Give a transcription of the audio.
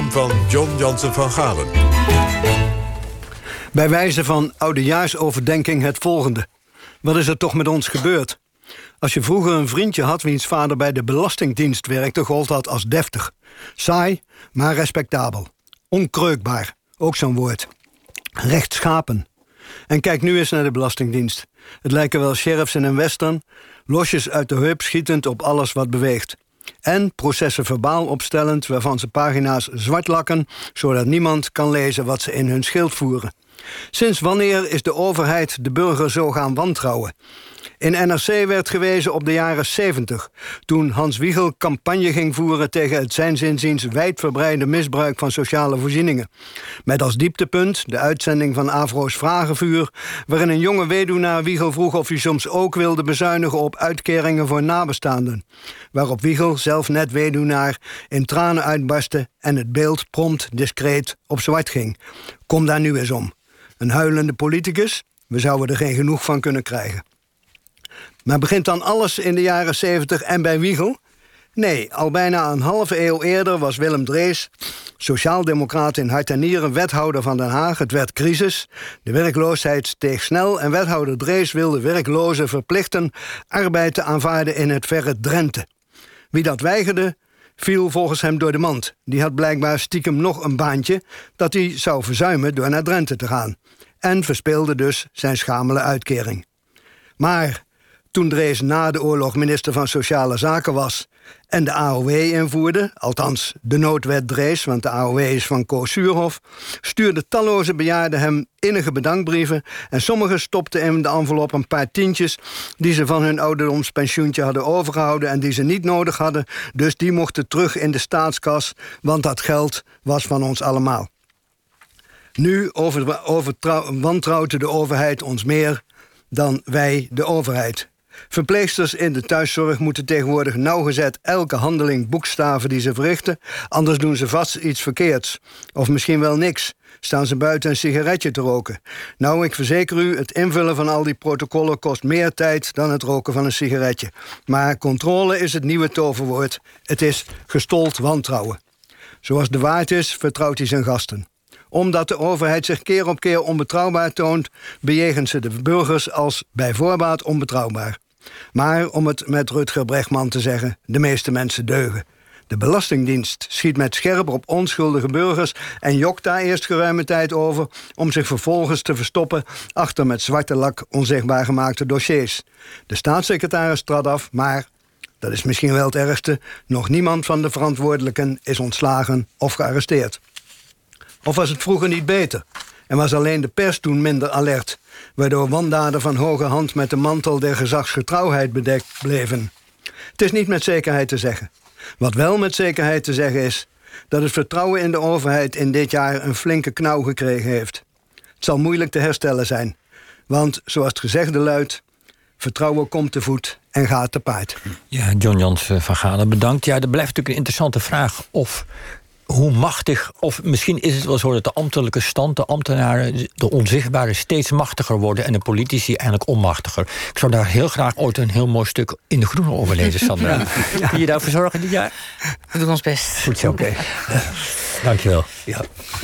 column van John Jansen van Galen. Bij wijze van oudejaarsoverdenking het volgende. Wat is er toch met ons gebeurd? Als je vroeger een vriendje had wiens vader bij de Belastingdienst werkte, gold dat als deftig. Saai, maar respectabel. Onkreukbaar, ook zo'n woord. Rechtschapen. En kijk nu eens naar de Belastingdienst. Het lijken wel sheriffs in een western, losjes uit de heup schietend op alles wat beweegt. En processen verbaal opstellend waarvan ze pagina's zwart lakken, zodat niemand kan lezen wat ze in hun schild voeren. Sinds wanneer is de overheid de burger zo gaan wantrouwen? In NRC werd gewezen op de jaren 70... toen Hans Wiegel campagne ging voeren tegen het zijns inziens wijdverbreide misbruik van sociale voorzieningen. Met als dieptepunt de uitzending van Avro's Vragenvuur, waarin een jonge weduwnaar Wiegel vroeg of hij soms ook wilde bezuinigen op uitkeringen voor nabestaanden. Waarop Wiegel, zelf net weduwnaar, in tranen uitbarstte en het beeld prompt discreet op zwart ging. Kom daar nu eens om. Een huilende politicus? We zouden er geen genoeg van kunnen krijgen. Maar begint dan alles in de jaren 70 en bij Wiegel? Nee, al bijna een halve eeuw eerder was Willem Drees, sociaaldemocraat in hart en nieren, wethouder van Den Haag. Het werd crisis, de werkloosheid steeg snel en wethouder Drees wilde werklozen verplichten arbeid te aanvaarden in het verre Drenthe. Wie dat weigerde, viel volgens hem door de mand. Die had blijkbaar stiekem nog een baantje dat hij zou verzuimen door naar Drenthe te gaan. En verspeelde dus zijn schamele uitkering. Maar toen Drees na de oorlog minister van Sociale Zaken was en de AOW invoerde, althans de noodwet Drees, want de AOW is van Koos Zuurhof, stuurden talloze bejaarden hem innige bedankbrieven en sommigen stopten in de envelop een paar tientjes die ze van hun ouderdomspensioentje hadden overgehouden en die ze niet nodig hadden, dus die mochten terug in de staatskas, want dat geld was van ons allemaal. Nu wantrouwt de overheid ons meer dan wij de overheid. Verpleegsters in de thuiszorg moeten tegenwoordig nauwgezet elke handeling boekstaven die ze verrichten, anders doen ze vast iets verkeerds. Of misschien wel niks. Staan ze buiten een sigaretje te roken. Nou, ik verzeker u, het invullen van al die protocollen kost meer tijd dan het roken van een sigaretje. Maar controle is het nieuwe toverwoord. Het is gestold wantrouwen. Zoals de waard is, vertrouwt hij zijn gasten. Omdat de overheid zich keer op keer onbetrouwbaar toont, bejegent ze de burgers als bij voorbaat onbetrouwbaar. Maar om het met Rutger Bregman te zeggen, de meeste mensen deugen. De Belastingdienst schiet met scherp op onschuldige burgers en jokt daar eerst geruime tijd over om zich vervolgens te verstoppen achter met zwarte lak onzichtbaar gemaakte dossiers. De staatssecretaris trad af, maar, dat is misschien wel het ergste, nog niemand van de verantwoordelijken is ontslagen of gearresteerd. Of was het vroeger niet beter? En was alleen de pers toen minder alert, waardoor wandaden van hoge hand met de mantel der gezagsgetrouwheid bedekt bleven? Het is niet met zekerheid te zeggen. Wat wel met zekerheid te zeggen is dat het vertrouwen in de overheid in dit jaar een flinke knauw gekregen heeft. Het zal moeilijk te herstellen zijn, want zoals het gezegde luidt, vertrouwen komt te voet en gaat te paard. Ja, John Jansen van Galen, bedankt. Ja, er blijft natuurlijk een interessante vraag of hoe machtig, of misschien is het wel zo dat de ambtelijke stand, de ambtenaren, de onzichtbare, steeds machtiger worden en de politici eigenlijk onmachtiger. Ik zou daar heel graag ooit een heel mooi stuk in De Groene over lezen, Sandra. Ja. Kun je daarvoor zorgen dit jaar? We doen ons best. Goed zo. Oké. Dankjewel. Ja.